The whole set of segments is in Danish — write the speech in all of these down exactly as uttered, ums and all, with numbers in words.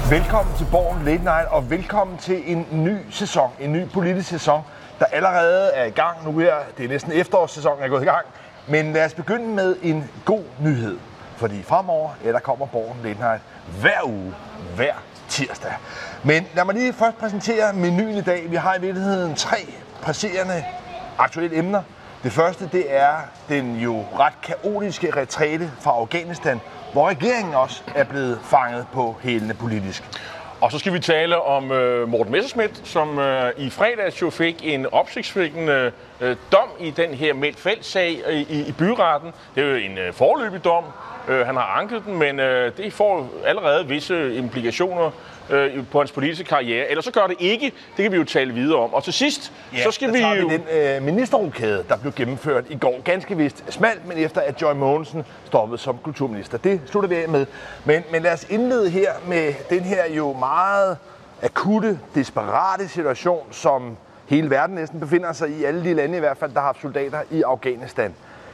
Velkommen til Borgen Late Night, og velkommen til en ny sæson, en ny politisk sæson, der allerede er i gang nu her. Det er næsten efterårssæsonen er gået i gang, men lad os begynde med en god nyhed. Fordi fremover, ja, der kommer Borgen Late Night hver uge, hver tirsdag. Men lad mig lige først præsentere menuen i dag. Vi har i virkeligheden tre presserende aktuelle emner. Det første, det er den jo ret kaotiske retræte fra Afghanistan, hvor regeringen også er blevet fanget på hælene politisk. Og så skal vi tale om øh, Morten Messerschmidt, som øh, i fredags jo fik en opsigtsvækkende øh, dom i den her Meldt-Felt-sag i, i byretten. Det er jo en øh, foreløbig dom. Øh, han har anket den, men øh, det får allerede visse implikationer øh, på hans politiske karriere. Eller så gør det ikke. Det kan vi jo tale videre om. Og til sidst, ja, så skal vi jo... vi den øh, ministerrokade, der blev gennemført i går. Ganske vist smalt, men efter at Joy Mogensen stoppede som kulturminister. Det slutter vi af med. Men, men lad os indlede her med den her jo meget akutte, desperate situation, som hele verden næsten befinder sig i. Alle de lande i hvert fald, der har haft soldater i Afghanistan.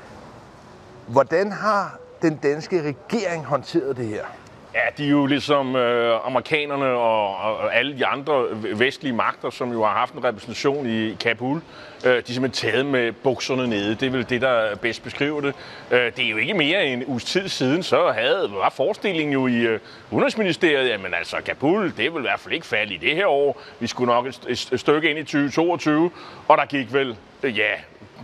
Hvordan har den danske regering håndteret det her? Ja, de er jo ligesom øh, amerikanerne og, og alle de andre vestlige magter, som jo har haft en repræsentation i Kabul. Øh, de er simpelthen taget med bukserne nede. Det er vel det, der bedst beskriver det. Øh, det er jo ikke mere end en uges tid siden, så havde, var forestillingen jo i øh, Udenrigsministeriet, jamen altså Kabul, det vil i hvert fald ikke falde i det her år. Vi skulle nok et, et, et stykke ind i tyve toogtyve, og der gik vel, øh, ja...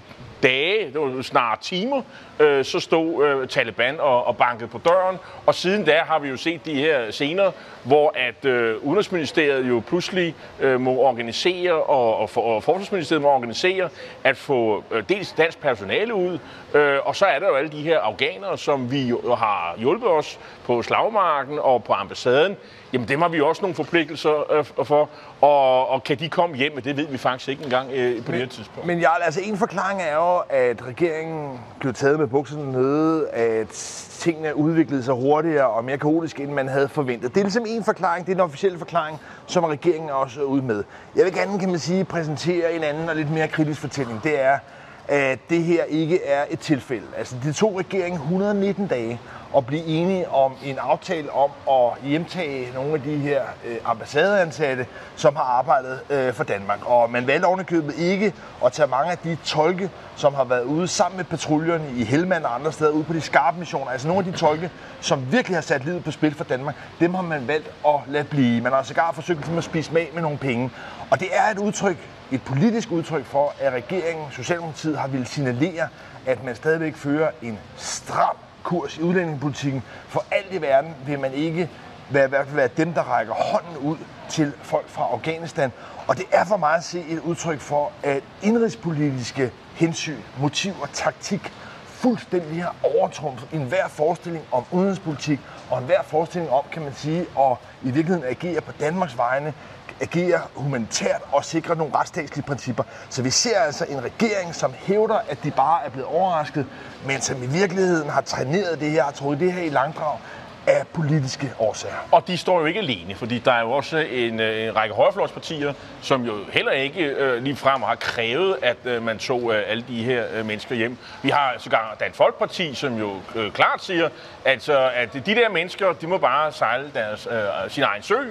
dage, det var snart timer, øh, så stod øh, Taliban og, og bankede på døren. Og siden da har vi jo set de her scener, hvor at øh, Udenrigsministeriet jo pludselig øh, må organisere, og, og, for, og Forsvarsministeriet må organisere, at få øh, dels dansk personale ud, øh, og så er der jo alle de her afghanere, som vi jo har hjulpet os på slagmarken og på ambassaden. Jamen dem har vi også nogle forpligtelser øh, for, og, og kan de komme hjem, men det ved vi faktisk ikke engang øh, på det her tidspunkt. Men Jarl, altså en forklaring er jo, at regeringen blev taget med bukserne nede, at tingene udviklede sig hurtigere og mere kaotisk, end man havde forventet. Det er ligesom en forklaring, det er den officielle forklaring, som regeringen også er ude med. Jeg vil gerne, kan man sige, præsentere en anden og lidt mere kritisk fortælling. Det er, at det her ikke er et tilfælde. Altså det tog regeringen et hundrede og nitten dage at blive enige om en aftale om at hjemtage nogle af de her øh, ambassadeansatte, som har arbejdet øh, for Danmark. Og man valgte ovenikøbet ikke at tage mange af de tolke, som har været ude sammen med patruljerne i Helmand og andre steder ude på de skarpe missioner. Altså nogle af de tolke, som virkelig har sat livet på spil for Danmark, dem har man valgt at lade blive. Man har sågar forsøgt at spise med med nogle penge. Og det er et udtryk, et politisk udtryk for, at regeringen, Socialdemokratiet, har ville signalere, at man stadigvæk fører en stram kurs i udlændingepolitikken. For alt i verden vil man ikke være, i hvert fald være dem, der rækker hånden ud til folk fra Afghanistan. Og det er for mig at se et udtryk for, at indrigspolitiske hensyn, motiv og taktik fuldstændig har overtrumfet enhver forestilling om udenrigspolitik og enhver forestilling om, kan man sige, at i virkeligheden agere på Danmarks vegne, agere humanitært og sikre nogle retsstatslige principper. Så vi ser altså en regering, som hævder, at de bare er blevet overrasket, men som i virkeligheden har træneret det her, har troet det her i langdrag af politiske årsager. Og de står jo ikke alene, fordi der er jo også en, en række højrefløjspartier, som jo heller ikke øh, ligefrem har krævet, at øh, man tog øh, alle de her øh, mennesker hjem. Vi har sågar Dansk Folkeparti, som jo øh, klart siger, altså, at de der mennesker, de må bare sejle deres, øh, sin egen sø.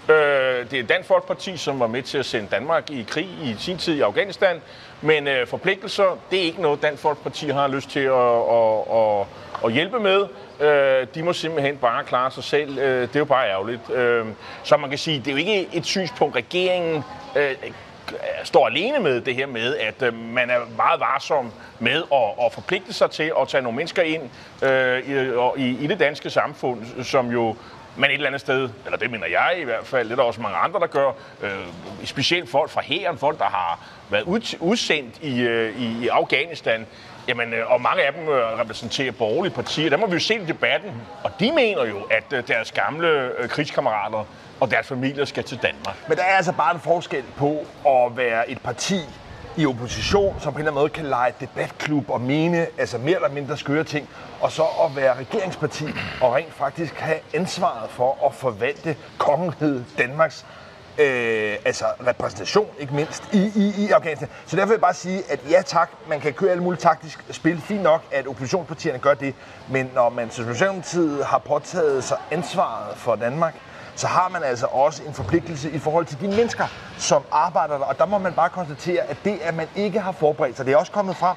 Øh, det er Dansk Folkeparti, som var med til at sende Danmark i krig i sin tid i Afghanistan, men øh, forpligtelser, det er ikke noget, Dansk Folkeparti har lyst til at, at, at, at hjælpe med. Øh, de må simpelthen bare klare sig selv. Øh, det er jo bare ærgerligt. Øh, så man kan sige, det er jo ikke et synspunkt, regeringen øh, står alene med det her med, at øh, man er meget varsom med at, at forpligte sig til at tage nogle mennesker ind øh, i, i, i det danske samfund, som jo men et eller andet sted, eller det mener jeg i hvert fald, det er der også mange andre, der gør, øh, specielt folk fra hæren, folk, der har været ud, udsendt i, øh, i Afghanistan, jamen, øh, og mange af dem øh, repræsenterer borgerlige partier, der må vi jo se i debatten, og de mener jo, at øh, deres gamle øh, krigskammerater og deres familier skal til Danmark. Men der er altså bare en forskel på at være et parti i opposition, som på en eller anden måde kan lege debatklub og mene altså mere eller mindre skøre ting, og så at være regeringsparti og rent faktisk have ansvaret for at forvalte kongeriget Danmarks øh, altså repræsentation, ikke mindst, i, i, i Afghanistan. Så derfor vil jeg bare sige, at ja tak, man kan køre alle mulige taktisk spil. Fint nok, at oppositionspartierne gør det, men når man som Socialdemokratiet har påtaget sig ansvaret for Danmark, så har man altså også en forpligtelse i forhold til de mennesker, som arbejder der. Og der må man bare konstatere, at det, at man ikke har forberedt sig, det er også kommet frem,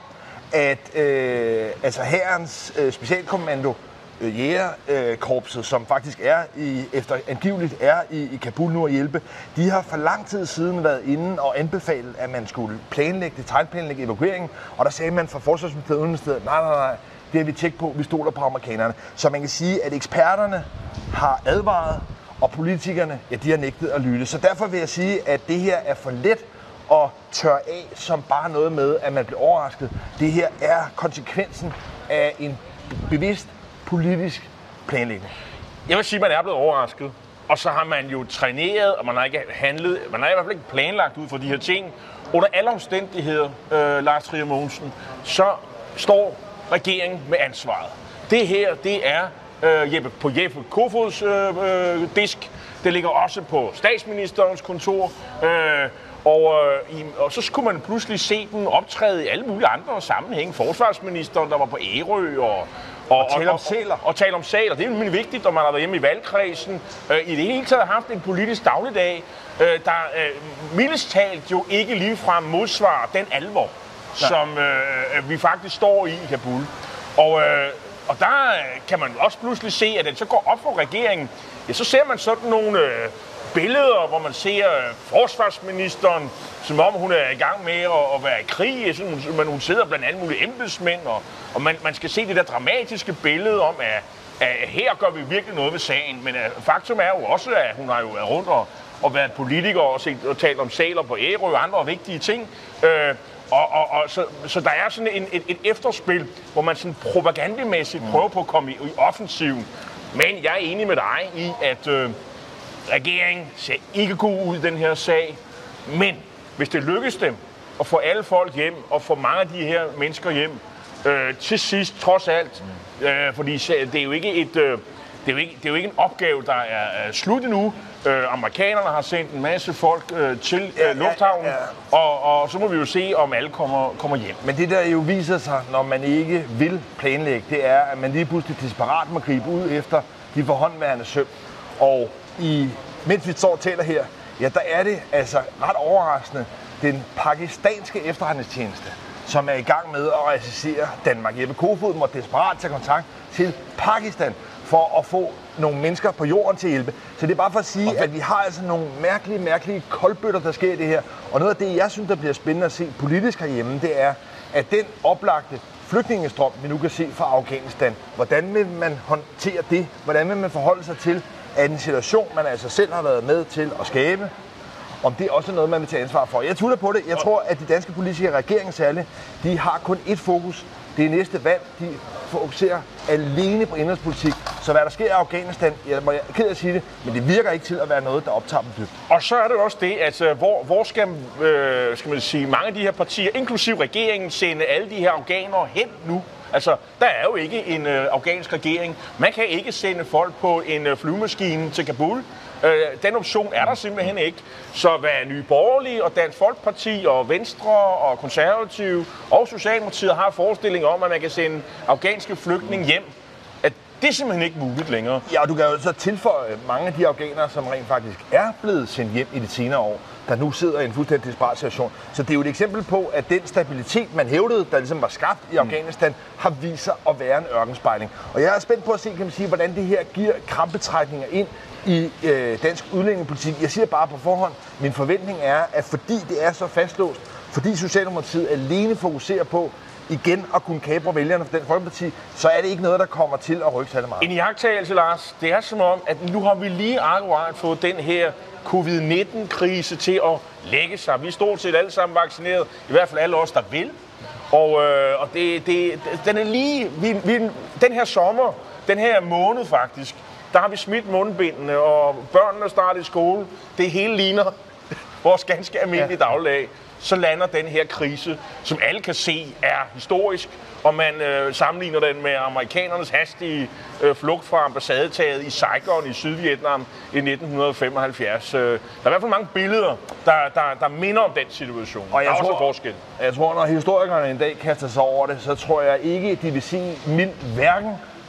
at øh, altså hærens øh, specialkommando, øh, jægerkorpset, øh, som faktisk er i, efter angiveligt er i, i Kabul nu at hjælpe, de har for lang tid siden været inde og anbefalet, at man skulle planlægge, detaljplanlægge evakueringen, og der sagde man fra Forsvarsministeriet og Udenrigsministeriet, nej, nej, nej, det har vi tjekket på, vi stoler på amerikanerne. Så man kan sige, at eksperterne har advaret, og politikerne, ja, de har nægtet at lytte. Så derfor vil jeg sige, at det her er for let at tørre af som bare noget med, at man bliver overrasket. Det her er konsekvensen af en bevidst politisk planlægning. Jeg vil sige, at man er blevet overrasket, og så har man jo træneret, og man har ikke handlet, man har i hvert fald ikke planlagt ud for de her ting. Under alle omstændigheder, øh, Lars Trier Mogensen, så står regeringen med ansvaret. Det her, det er øh, Jeppe, på Jeppe Kofods øh, øh, disk. Det ligger også på statsministerens kontor. Øh, og, øh, i, og så skulle man pludselig se dem optræde i alle mulige andre sammenhænge. Forsvarsministeren, der var på Ærø, og, og, og tale om sæler. Og, og tale om sæler. Det er jo vigtigt, når man har været hjemme i valgkredsen. Øh, I det hele taget har haft en politisk dagligdag, øh, der øh, mildest talt jo ikke ligefrem modsvarer den alvor, ja. som øh, vi faktisk står i i Kabul. Og, øh, og der kan man også pludselig se, at det så går op for regeringen. Ja, så ser man sådan nogle øh, billeder, hvor man ser øh, forsvarsministeren, som om hun er i gang med at, at være i krig. Så hun, man, hun sidder blandt alle mulige embedsmænd, og, og man, man skal se det der dramatiske billede om, at, at her gør vi virkelig noget ved sagen. Men uh, faktum er jo også, at hun har jo været rundt og, og været politiker og, set, og talt om sæler på Ærø og andre vigtige ting. Øh, Og, og, og så, så der er sådan en, et, et efterspil, hvor man sådan propagandamæssigt mm. prøver på at komme i, i offensiven. Men jeg er enig med dig i, at øh, regeringen ser ikke god ud i den her sag. Men hvis det lykkes dem at få alle folk hjem, og få mange af de her mennesker hjem, øh, til sidst, trods alt, mm. øh, fordi det er jo ikke et... Øh, Det er, jo ikke, det er jo ikke en opgave, der er, er slut endnu. Øh, amerikanerne har sendt en masse folk øh, til øh, lufthavnen, ja, ja, ja. Og, og så må vi jo se, om alle kommer, kommer hjem. Men det, der jo viser sig, når man ikke vil planlægge, det er, at man lige pludselig desperat må gribe ud efter de forhåndværende søm. Og i, mens vi står og taler her, ja, der er det altså ret overraskende den pakistanske efterretningstjeneste, som er i gang med at assistere Danmark. Jeppe Kofod må desperat tage kontakt til Pakistan for at få nogle mennesker på jorden til at hjælpe. Så det er bare for at sige, okay, at vi har altså nogle mærkelige, mærkelige koldbøtter, der sker i det her. Og noget af det, jeg synes, der bliver spændende at se politisk herhjemme, det er, at den oplagte flygtningestrøm, vi nu kan se fra Afghanistan, hvordan vil man håndtere det? Hvordan vil man forholde sig til, at en situation, man altså selv har været med til at skabe, om det er også noget, man vil tage ansvar for. Jeg tvivler på det. Jeg tror, at de danske politikere, regeringen særligt, de har kun ét fokus. Det er næste valg. De fokuserer alene på indrigspolitik. Så hvad der sker i Afghanistan, jeg må ked af at sige det, men det virker ikke til at være noget, der optager dem dybt. Og så er det også det, at hvor, hvor skal, øh, skal man sige, mange af de her partier, inklusiv regeringen, sende alle de her afghanere hen nu? Altså, der er jo ikke en øh, afghansk regering. Man kan ikke sende folk på en øh, flyvemaskine til Kabul. Øh, den option er der simpelthen ikke. Så hvad Nye Borgerlige og Dansk Folkeparti og Venstre og Konservative og Socialdemokratiet har forestilling om, at man kan sende afghanske flygtninge hjem, at det er simpelthen ikke muligt længere. Ja, og du kan jo så tilføje mange af de afghanere, som rent faktisk er blevet sendt hjem i de senere år, der nu sidder i en fuldstændig desperat situation. Så det er jo et eksempel på, at den stabilitet, man hævdede, der ligesom var skabt i Afghanistan, har vist sig at være en ørkenspejling. Og jeg er spændt på at se, kan man sige, hvordan det her giver krampetrækninger ind i øh, dansk udlændingepolitik. Jeg siger bare på forhånd, min forventning er, at fordi det er så fastlåst, fordi Socialdemokratiet alene fokuserer på igen at kunne kapre vælgerne for den Folkeparti, så er det ikke noget, der kommer til at rykke særlig meget. En iagttagelse, Lars, det er som om, at nu har vi lige akkurat fået den her covid nitten-krise til at lægge sig. Vi er stort set alle sammen vaccineret, i hvert fald alle os, der vil. Og, øh, og det, det, den er lige, vi, vi, den her sommer, den her måned faktisk, der har vi smidt mundbindene, og børnene starter i skole. Det hele ligner vores ganske almindelige ja. dagligdag. Så lander den her krise, som alle kan se er historisk, og man øh, sammenligner den med amerikanernes hastige øh, flugt fra ambassadetaget i Saigon i Sydvietnam i nitten femoghalvfjerds. Øh, der er i hvert fald mange billeder, der, der, der minder om den situation. Og jeg der er tror, også en forskel. Jeg tror, når historikerne en dag kaster sig over det, så tror jeg ikke, at de vil sige mildt hverken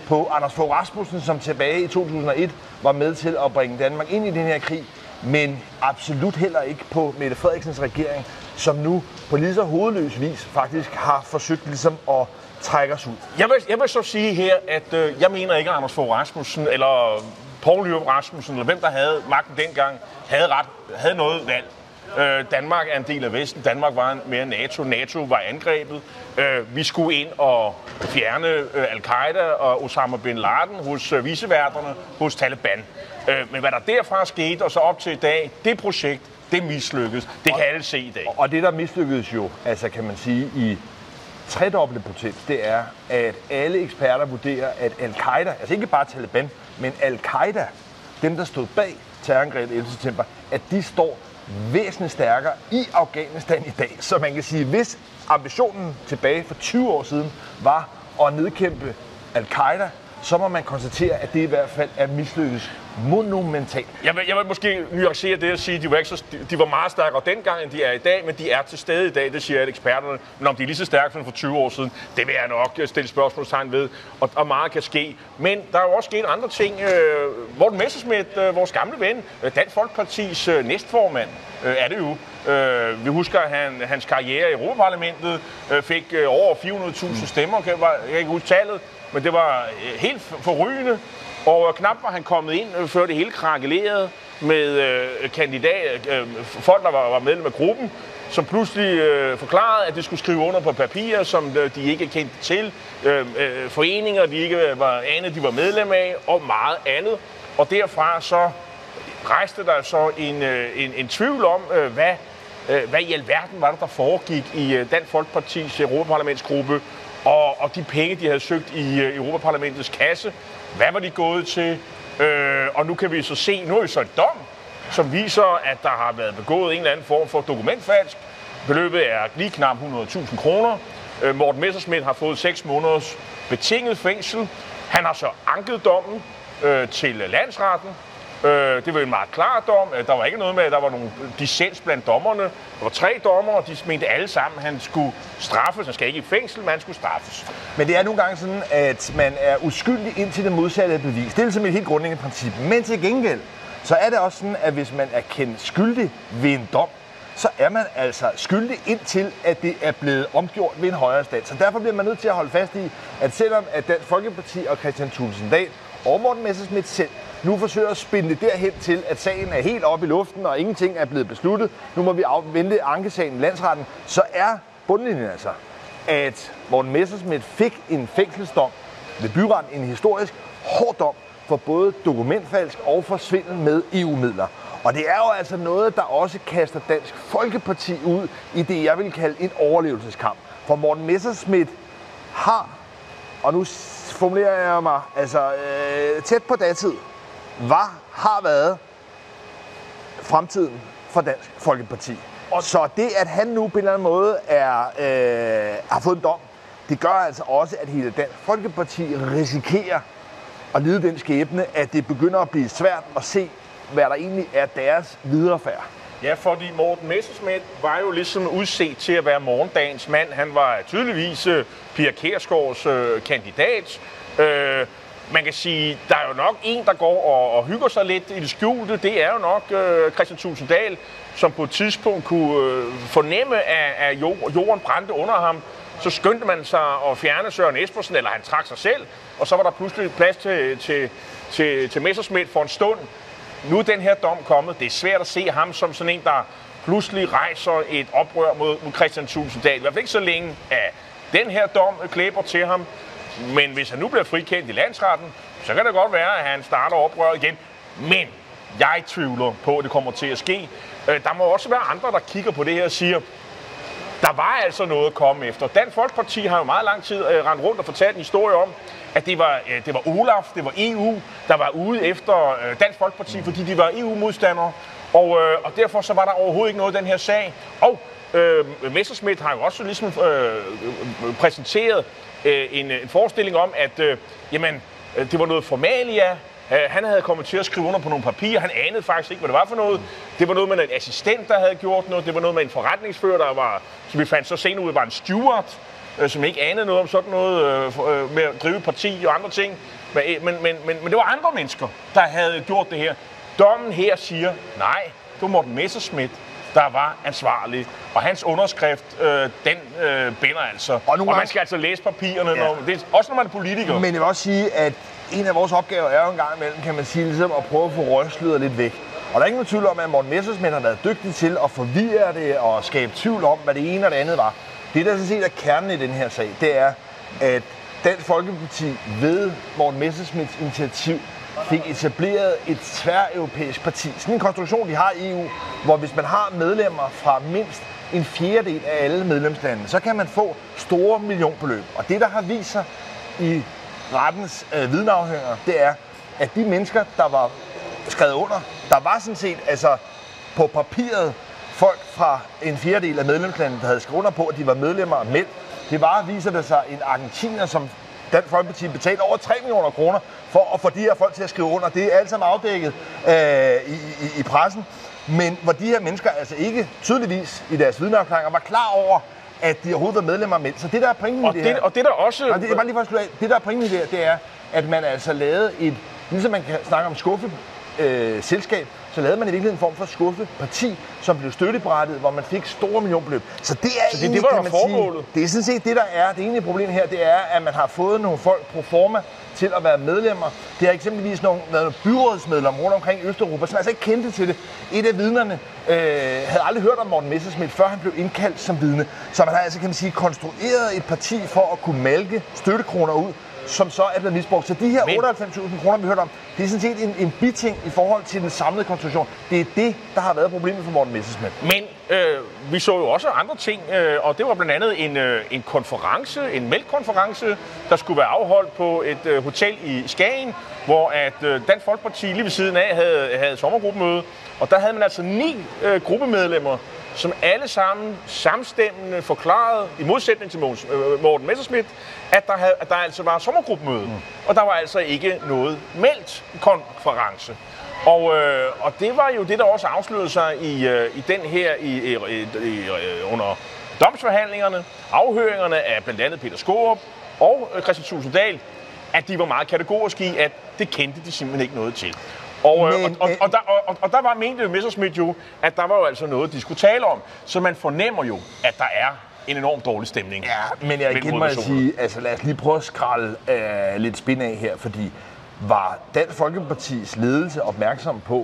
på Anders Fogh Rasmussen, som tilbage i to tusind og et var med til at bringe Danmark ind i den her krig, men absolut heller ikke på Mette Frederiksens regering, som nu på lige så hovedløs vis faktisk har forsøgt ligesom at trække os ud. Jeg vil, jeg vil så sige her, at øh, jeg mener ikke, at Anders Fogh Rasmussen eller Poul Nyrup Rasmussen, eller hvem der havde magten dengang, havde, ret, havde noget valg. Øh, Danmark er en del af Vesten. Danmark var mere NATO. NATO var angrebet. Øh, vi skulle ind og fjerne øh, Al-Qaida og Osama bin Laden hos øh, viceværterne, hos Taliban. Øh, men hvad der derfra skete, og så op til i dag, det projekt, det mislykkedes. Det kan alle se i dag. Og det, der mislykkedes jo, altså kan man sige, i tredobbelt potens, det er, at alle eksperter vurderer, at Al-Qaida, altså ikke bare Taliban, men Al-Qaida, dem der stod bag terrorangrebet ellevte september, at de står væsentligt stærkere i Afghanistan i dag. Så man kan sige, hvis ambitionen tilbage for tyve år siden var at nedkæmpe Al-Qaida, så må man konstatere, at det i hvert fald er mislykkedes monumentalt. Jeg vil, jeg vil måske nuancere det at sige, at de var, ikke så, de var meget stærkere dengang, end de er i dag, men de er til stede i dag, det siger alle eksperterne. Men om de er lige så stærke som for tyve år siden, det vil jeg nok stille spørgsmålstegn ved, og, og meget kan ske. Men der er jo også sket andre ting. Øh, Morten Messerschmidt, øh, vores gamle ven, øh, Dansk Folkepartis øh, næstformand, øh, er det jo. Øh, vi husker, at han, hans karriere i Europaparlamentet øh, fik øh, over fire hundrede tusind stemmer, kan jeg, jeg kan ikke huske tallet, men det var øh, helt forrygende. Og knap var han kommet ind, øh, før det hele krakelerede med øh, kandidat, øh, folk, der var, var medlem af gruppen, som pludselig øh, forklarede, at de skulle skrive under på papirer, som øh, de ikke kendte til, øh, øh, foreninger, de ikke var anet, de var medlem af, og meget andet. Og derfra så rejste der så en, øh, en, en tvivl om, øh, hvad, øh, hvad i alverden var det, der foregik i øh, Dansk Folkepartis Europaparlamentsgruppe, og, og de penge, de havde søgt i øh, Europaparlamentets kasse. Hvad var de gået til? Øh, og nu kan vi så se, nu er vi så en dom, som viser, at der har været begået en eller anden form for dokumentfalsk. Beløbet er lige knap hundrede tusind kroner. Øh, Morten Messerschmidt har fået seks måneders betinget fængsel. Han har så anket dommen øh, til landsretten. Øh, det var en meget klar dom. Der var ikke noget med, at der var nogle dissens blandt dommerne. Der var tre dommer, og de mente alle sammen, at han skulle straffes. Han skal ikke i fængsel, men han skulle straffes. Men det er nogle gange sådan, at man er uskyldig indtil det modsatte er bevis. Det er ligesom et helt grundlæggende princip. Men til gengæld, så er det også sådan, at hvis man er kendt skyldig ved en dom, så er man altså skyldig indtil, at det er blevet omgjort ved en højere instans. Så derfor bliver man nødt til at holde fast i, at selvom at Dansk Folkeparti og Kristian Thulesen Dahl og Morten Messerschmidt selv nu forsøger at spinde det derhen til, at sagen er helt oppe i luften, og ingenting er blevet besluttet. Nu må vi afvente ankesagen i landsretten. Så er bundlinjen altså, at Morten Messerschmidt fik en fængselsdom ved byretten, en historisk hård dom for både dokumentfalsk og for svindel med E U-midler. Og det er jo altså noget, der også kaster Dansk Folkeparti ud i det, jeg vil kalde en overlevelseskamp. For Morten Messerschmidt har, og nu formulerer jeg mig altså øh, tæt på datid, var, har været fremtiden for Dansk Folkeparti. Og så det, at han nu på en eller anden måde er, øh, har fået en dom, det gør altså også, at hele Dansk Folkeparti risikerer at lide den skæbne, at det begynder at blive svært at se, hvad der egentlig er deres viderefærd. Ja, fordi Morten Messerschmidt var jo ligesom udset til at være morgendagens mand. Han var tydeligvis uh, Pia Kjærsgaards uh, kandidat. Uh, man kan sige, der er jo nok en, der går og, og hygger sig lidt i det skjulte. Det er jo nok uh, Kristian Thulesen Dahl, som på et tidspunkt kunne uh, fornemme, at, at jorden brændte under ham. Så skyndte man sig at fjerne Søren Espersen, eller han trak sig selv, og så var der pludselig plads til, til, til, til Messerschmidt for en stund. Nu er den her dom kommet. Det er svært at se ham som sådan en, der pludselig rejser et oprør mod, mod Kristian Thulesen Dahl. I hvert fald ikke så længe, at den her dom klæber til ham. Men hvis han nu bliver frikendt i landsretten, så kan det godt være, at han starter oprør igen. Men jeg tvivler på, at det kommer til at ske. Der må også være andre, der kigger på det her og siger, der var altså noget at komme efter. Dansk Folkeparti har jo meget lang tid øh, rendt rundt og fortalt en historie om, at det var, øh, det var Olaf, det var E U, der var ude efter øh, Dansk Folkeparti, fordi de var E U-modstandere. Og, øh, og derfor så var der overhovedet ikke noget i den her sag. Og øh, Messerschmidt har jo også ligesom øh, præsenteret øh, en, en forestilling om, at øh, jamen, øh, det var noget formalia. Uh, han havde kommet til at skrive under på nogle papirer. Han anede faktisk ikke, hvad det var for noget. Det var noget med en assistent, der havde gjort noget. Det var noget med en forretningsfører, der var, som vi fandt så senere ud, var en steward. øh, som ikke anede noget om sådan noget øh, med at drive parti og andre ting. Men, men, men, men, men det var andre mennesker, der havde gjort det her. Dommen her siger, nej, det var Morten Messerschmidt, der var ansvarlig. Og hans underskrift, øh, den øh, binder altså. Og, og man skal altså læse papirerne, ja. når, det er, også når man er politiker. Men jeg vil også sige, at en af vores opgaver er jo en gang imellem, kan man sige, ligesom at prøve at få røgsløret lidt væk. Og der er ingen tvivl om, at Morten Messerschmidt har været dygtig til at forvirre det og skabe tvivl om, hvad det ene og det andet var. Det, der sådan set er kernen i den her sag, det er, at Dansk Folkeparti ved Morten Messerschmidts initiativ fik etableret et tværeuropæisk parti. Sådan en konstruktion, de har i E U, hvor hvis man har medlemmer fra mindst en fjerdedel af alle medlemslande, så kan man få store millionbeløb. Og det, der har vist sig i rettens øh, vidneafhøringer, det er, at de mennesker, der var skrevet under, der var sådan set altså på papiret folk fra en fjerdedel af medlemslandet, der havde skrevet under på, at de var medlemmer af M E L. Det var, viser det sig, en argentiner, som Dansk Folkeparti betalte over tre millioner kroner for at få de her folk til at skrive under. Det er alt sammen afdækket øh, i, i, i pressen. Men hvor de her mennesker altså ikke tydeligvis i deres vidneafklaringer var klar over, at de overhovedet var medlemmer af M E L. Så det, der er pointen i det, det her... Og det, der også... Nej, det, bare lige for at slutte af. Det, der er pointen i det her, det er, at man altså lavede et... Ligesom man kan snakke om skuffe øh, selskab, så lavede man i virkeligheden en form for skuffeparti, som blev støtteberettiget, hvor man fik store millionbeløb. Så det er så det, det var kan man sige, det er sådan set det, der er. Det egentlige problem her, det er, at man har fået nogle folk pro forma til at være medlemmer. Det har eksempelvis nogle, været byrådsmedlemmer rundt omkring i Østeuropa, som altså ikke kendte til det. Et af vidnerne øh, havde aldrig hørt om Morten Messerschmidt, før han blev indkaldt som vidne. Så man har altså, kan man sige, konstrueret et parti for at kunne malke støttekroner ud, som så er blevet misbrugt. Så de her otteoghalvfems tusind kroner, vi hørte om, det er sådan set en, en biting i forhold til den samlede konstruktion. Det er det, der har været problemet for Morten Messerschmidt. Men øh, vi så jo også andre ting, øh, og det var blandt andet en, øh, en konference, en mælkkonference, der skulle være afholdt på et øh, hotel i Skagen, hvor at øh, Dansk Folkeparti lige ved siden af havde, havde sommergruppemøde, og der havde man altså ni øh, gruppemedlemmer, som alle sammen samstemmende forklarede, i modsætning til Morten Messerschmidt, at der, havde, at der altså var sommergruppemøde. Mm. Og der var altså ikke noget meldt konference. Og, øh, og det var jo det, der også afslørede sig i, øh, i den her, i, i, i, under domsforhandlingerne, afhøringerne af blandt andet Peter Skaarup og Kristian Thulesen Dahl, at de var meget kategoriske i, at det kendte de simpelthen ikke noget til. Og, men, og, og, og, der, og, og der var mente Messerschmidt jo, at der var jo altså noget, de skulle tale om. Så man fornemmer jo, at der er en enormt dårlig stemning. Ja, men jeg igen må jeg sige, altså lad os lige prøve at skralde øh, lidt spin af her, fordi var Dansk Folkepartis ledelse opmærksom på,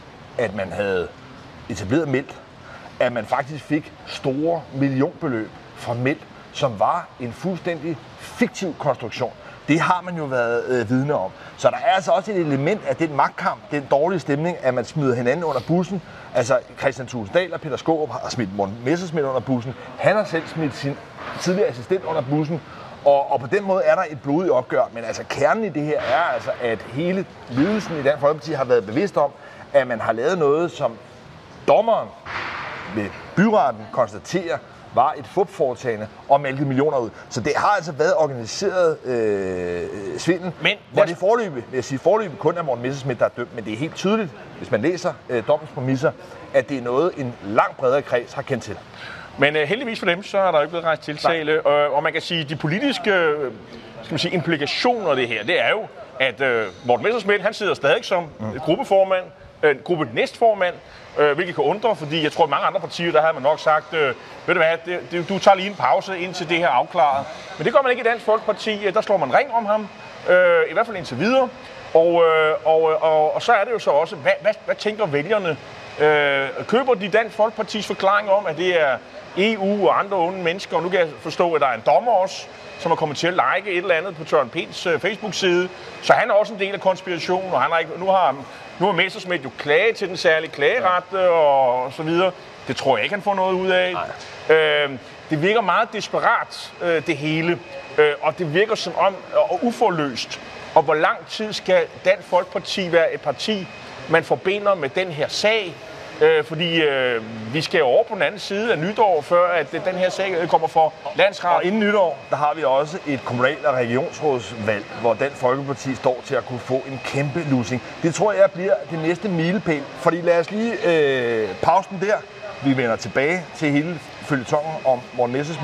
at man havde etableret M E L, at man faktisk fik store millionbeløb fra M E L, som var en fuldstændig fiktiv konstruktion. Det har man jo været øh, vidne om. Så der er altså også et element af den magtkamp, den dårlige stemning, at man smider hinanden under bussen. Altså Kristian Thulesen Dahl og Peter Skaarup har smidt Morten Messerschmidt under bussen. Han har selv smidt sin tidligere assistent under bussen. Og, og på den måde er der et blodigt opgør. Men altså kernen i det her er altså, at hele ledelsen i Dansk Folkeparti har været bevidst om, at man har lavet noget, som dommeren ved byretten konstaterer, var et fupforetagende og malket millioner ud. Så det har altså været organiseret øh, svindel, men, hvor det forløbig, vil jeg sige forløbig kun er Morten Messerschmidt, der er dømt. Men det er helt tydeligt, hvis man læser øh, dommens præmisser, at det er noget, en langt bredere kreds har kendt til. Men øh, heldigvis for dem, så er der ikke blevet rejst tiltale. Og, og man kan sige, de politiske øh, skal man sige, implikationer af det her, det er jo, at øh, Morten Messerschmidt, han sidder stadig som mm. gruppeformand, øh, gruppe næstformand, øh, hvilket kan undre, fordi jeg tror, at mange andre partier, der havde man nok sagt, øh, ved du hvad, det, det, du tager lige en pause indtil det her er afklaret. Men det gør man ikke i Dansk Folkeparti. Der slår man ring om ham, øh, i hvert fald indtil videre. Og, øh, og, og, og så er det jo så også, hvad, hvad, hvad tænker vælgerne? Øh, køber de Dansk Folkepartis forklaring om, at det er E U og andre onde mennesker, og nu kan jeg forstå, at der er en dommer også, som er kommet til at like et eller andet på Søren Pinds uh, Facebook-side. Så han er også en del af konspirationen, og han har ikke, nu har nu har Messerschmidt jo klaget til den særlige klageret ja. og, og så videre. Det tror jeg ikke, han får noget ud af. Øh, det virker meget desperat, øh, det hele, øh, og det virker som om, og uforløst. Og hvor lang tid skal Dansk Folkeparti være et parti, man forbinder med den her sag? Øh, fordi øh, vi skal over på den anden side af nytår, før at den her sag kommer for landsret. Og inden nytår, der har vi også et kommunal- og regionsrådsvalg, hvor Dansk Folkeparti står til at kunne få en kæmpe losing. Det tror jeg bliver det næste milepæl, fordi lad os lige øh, pausen der. Vi vender tilbage til hele føljetongen om Morten Messerschmidt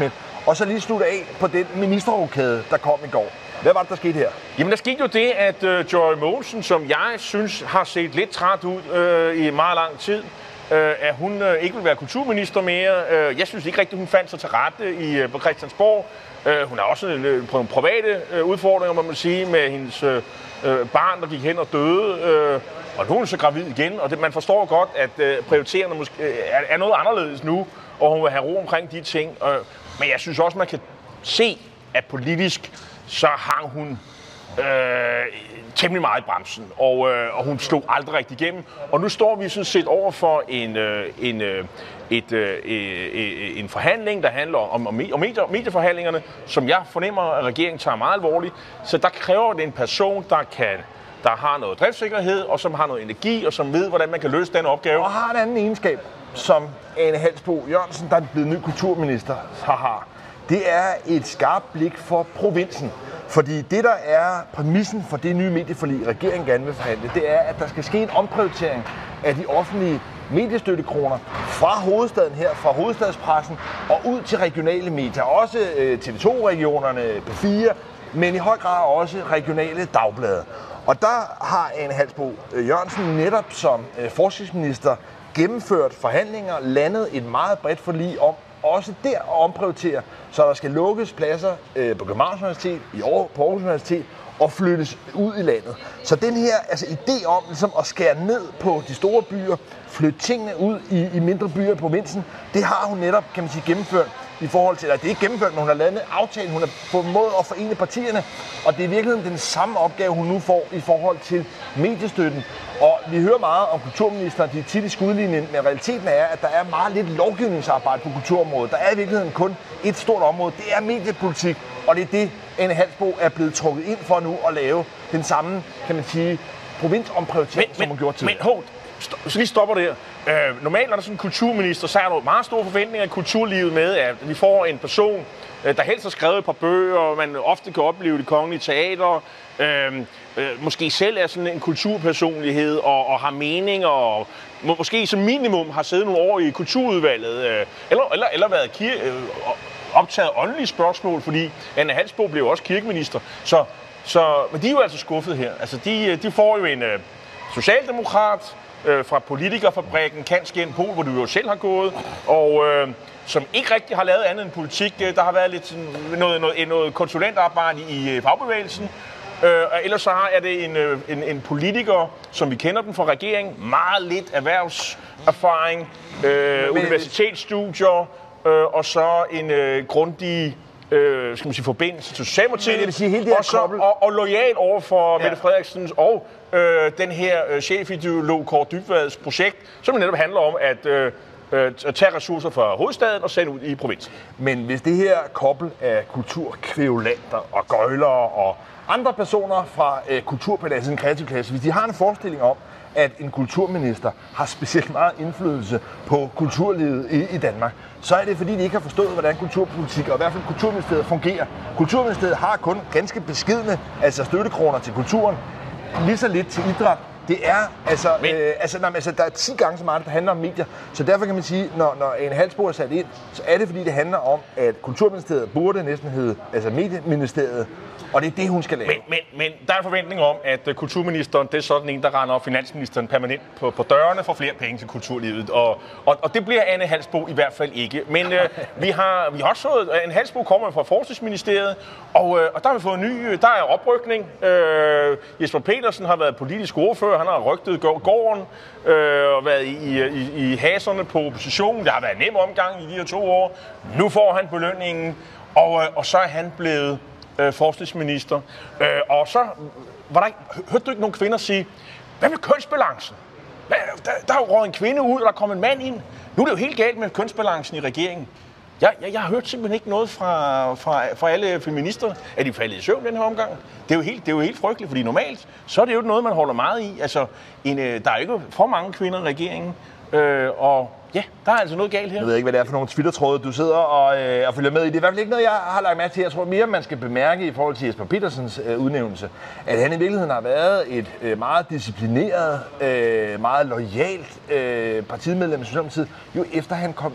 og så lige slutte af på den ministerrokade, der kom i går. Hvad var det, der skete her? Jamen, der skete jo det, at uh, Joy Mogensen, som jeg synes har set lidt træt ud uh, i meget lang tid, uh, at hun uh, ikke vil være kulturminister mere. Uh, jeg synes ikke rigtigt, hun fandt sig til rette i, uh, på Christiansborg. Uh, hun har også uh, på nogle private uh, udfordringer, må man sige, med hendes uh, barn, der gik hen og døde. Uh, og nu er hun så gravid igen, og det, man forstår godt, at uh, prioritererne måske, uh, er, er noget anderledes nu, og hun vil have ro omkring de ting. Uh, men jeg synes også, man kan se, at politisk så hang hun øh, temmelig meget i bremsen, og, øh, og hun slog aldrig rigtig igennem. Og nu står vi sådan set over for en, øh, en, øh, et, øh, øh, en forhandling, der handler om, om medier, medieforhandlingerne, som jeg fornemmer, at regeringen tager meget alvorligt. Så der kræver det en person, der kan der har noget driftssikkerhed, og som har noget energi, og som ved, hvordan man kan løse den opgave. Og har en anden egenskab, som Ane Halsboe Jørgensen, der er blevet ny kulturminister, har. Det er et skarpt blik for provinsen. Fordi det, der er præmissen for det nye medieforlig, regeringen gerne vil forhandle, det er, at der skal ske en omprioritering af de offentlige mediestøttekroner fra hovedstaden her, fra hovedstadspressen og ud til regionale medier. Også T V to-regionerne, P fire, men i høj grad også regionale dagblade. Og der har Ane Halsboe Jørgensen netop som forskningsminister gennemført forhandlinger, landet et meget bredt forlig om også der at omprioritere, så der skal lukkes pladser øh, på Københavns Universitet, i år på Aarhus Universitet og flyttes ud i landet. Så den her altså, idé om ligesom, at skære ned på de store byer, flytte tingene ud i, i mindre byer i provinsen, det har hun netop, kan man sige, gennemført i forhold til, eller det er ikke gennemført, men hun har lavet en aftale, hun har formået at forene partierne, og det er i virkeligheden den samme opgave, hun nu får i forhold til mediestøtten. Og vi hører meget om kulturministeren, de er tit i skudlinjen, men realiteten er, at der er meget lidt lovgivningsarbejde på kulturområdet. Der er i virkeligheden kun et stort område, det er mediepolitik, og det er det, Ane Halsboe er blevet trukket ind for nu at lave den samme, kan man sige, provinsomprioritering, som hun gjorde tidligere. Men hold, st- så lige stopper det her. Øh, normalt, når der er sådan en kulturminister, så er der meget store forventninger i kulturlivet med, at vi får en person, der helst har skrevet et par bøger, og man ofte kan opleve Det Kongelige Teater, øh, øh, måske selv er sådan en kulturpersonlighed og, og har meninger, og må, måske som minimum har siddet nogle år i kulturudvalget, øh, eller, eller, eller været kir- øh, optaget åndelige spørgsmål, fordi Ane Halsboe blev også kirkeminister. Så, så, men de er jo altså skuffet her. Altså, de, de får jo en øh, socialdemokrat øh, fra politikerfabrikken Kanskjern Pol, hvor du jo selv har gået, og øh, som ikke rigtig har lavet andet end politik. Der har været lidt noget, noget, noget konsulentarbejde i fagbevægelsen. Øh, ellers så er det en, en, en politiker, som vi kender den fra regeringen, meget lidt erhvervserfaring, øh, universitetsstudier, øh, og så en øh, grundig øh, skal man sige, forbindelse til Socialdemokratiet, og, så, og, og lojal over for ja. Mette Frederiksens og øh, den her øh, chefideolog Kaare Dybvads projekt, som netop handler om at øh, at tage ressourcer fra hovedstaden og sende ud i provinsen. Men hvis det her kobbel af kulturkvævulanter og gøjlere og andre personer fra øh, kulturpaladset, en kreativ klasse, hvis de har en forestilling om, at en kulturminister har specielt meget indflydelse på kulturlivet i, i Danmark, så er det fordi, de ikke har forstået, hvordan kulturpolitik og i hvert fald Kulturministeriet fungerer. Kulturministeriet har kun ganske beskedne altså støttekroner til kulturen, lige så lidt til idræt. Det er, altså, Men... øh, altså, nej, altså, der er ti gange så meget, der handler om medier. Så derfor kan man sige, når, når Ane Halsboe er sat ind, så er det fordi, det handler om, at Kulturministeriet burde næsten hedde, altså Medieministeriet, og det er det, hun skal lave. Men, men, men der er en forventning om, at kulturministeren, det er sådan en, der render finansministeren permanent på, på dørene for flere penge til kulturlivet. Og, og, og det bliver Ane Halsboe i hvert fald ikke. Men øh, vi, har, vi har også fået, Ane Halsboe kommer fra Forskningsministeriet, og, øh, og der har vi fået en ny, der er oprykning. Øh, Jesper Petersen har været politisk ordfører, han har rygtet gården øh, og været i, i, i haserne på oppositionen. Det har været en nem omgang i de her to år. Nu får han belønningen, og, øh, og så er han blevet øh, forskningsminister. Øh, og så var der ikke, hørte du ikke nogen kvinder sige, hvad med kønsbalancen? Hvad, der, der er jo røget en kvinde ud, og der kom en mand ind. Nu er det jo helt galt med kønsbalancen i regeringen. Jeg, jeg, jeg har hørt simpelthen ikke noget fra, fra, fra alle feminister, at de faldet i søvn den her omgang. Det er, jo helt, det er jo helt frygteligt, fordi normalt, så er det jo noget, man holder meget i. Altså, en, der er ikke for mange kvinder i regeringen, øh, og ja, der er altså noget galt her. Jeg ved ikke, hvad det er for nogle Twitter-tråde, du sidder og, øh, og følger med i. Det er i hvert fald ikke noget, jeg har lagt mærke til. Jeg tror mere, man skal bemærke i forhold til Jesper Petersens øh, udnævnelse, at han i virkeligheden har været et øh, meget disciplineret, øh, meget loyalt øh, partimedlem i Socialdemokratiet, jo efter han kom ind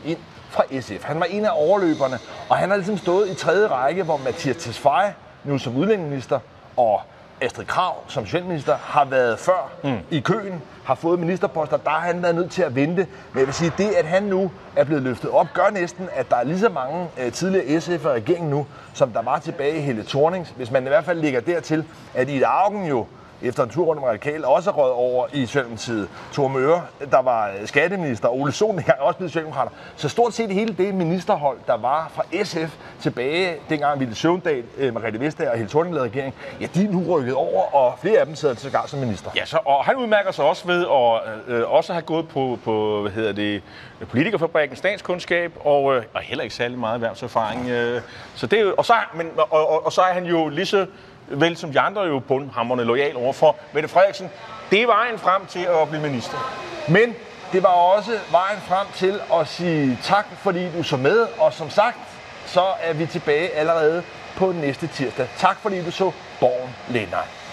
fra S F. Han var en af overløberne, og han har ligesom stået i tredje række, hvor Mattias Tesfaye, nu som udlændingeminister, og Astrid Krag som socialminister har været før mm. i køen, har fået ministerposter, der har han været nødt til at vente. Men jeg vil sige, det at han nu er blevet løftet op, gør næsten, at der er lige så mange uh, tidligere S F og regeringen nu, som der var tilbage i Helle Thorning. Hvis man i hvert fald ligger dertil, at Ida Auken jo efter en tur rundt om Radikale også rød over i Socialdemokratiet. Thor Møre, der var skatteminister, Ole Sohn dengang også blevet socialdemokrater. Så stort set hele det ministerhold, der var fra S F tilbage, dengang Vilde Søvndal, Margrethe Vestager og Helle Thorning lavede regering, ja, de er nu rykket over, og flere af dem sidder sågar som minister. Ja, så, og han udmærker sig også ved at øh, også have gået på, på hvad hedder det, politikerfabrikken, statskundskab, og, øh, og heller ikke særlig meget erhvervserfaring. Øh, så det er jo, og, så, men, og, og, og så er han jo lige så vel som de andre jo bundhamrende lojal overfor Mette Frederiksen. Det er vejen frem til at blive minister. Men det var også vejen frem til at sige tak, fordi du så med. Og som sagt, så er vi tilbage allerede på næste tirsdag. Tak fordi du så Borgen Lindner.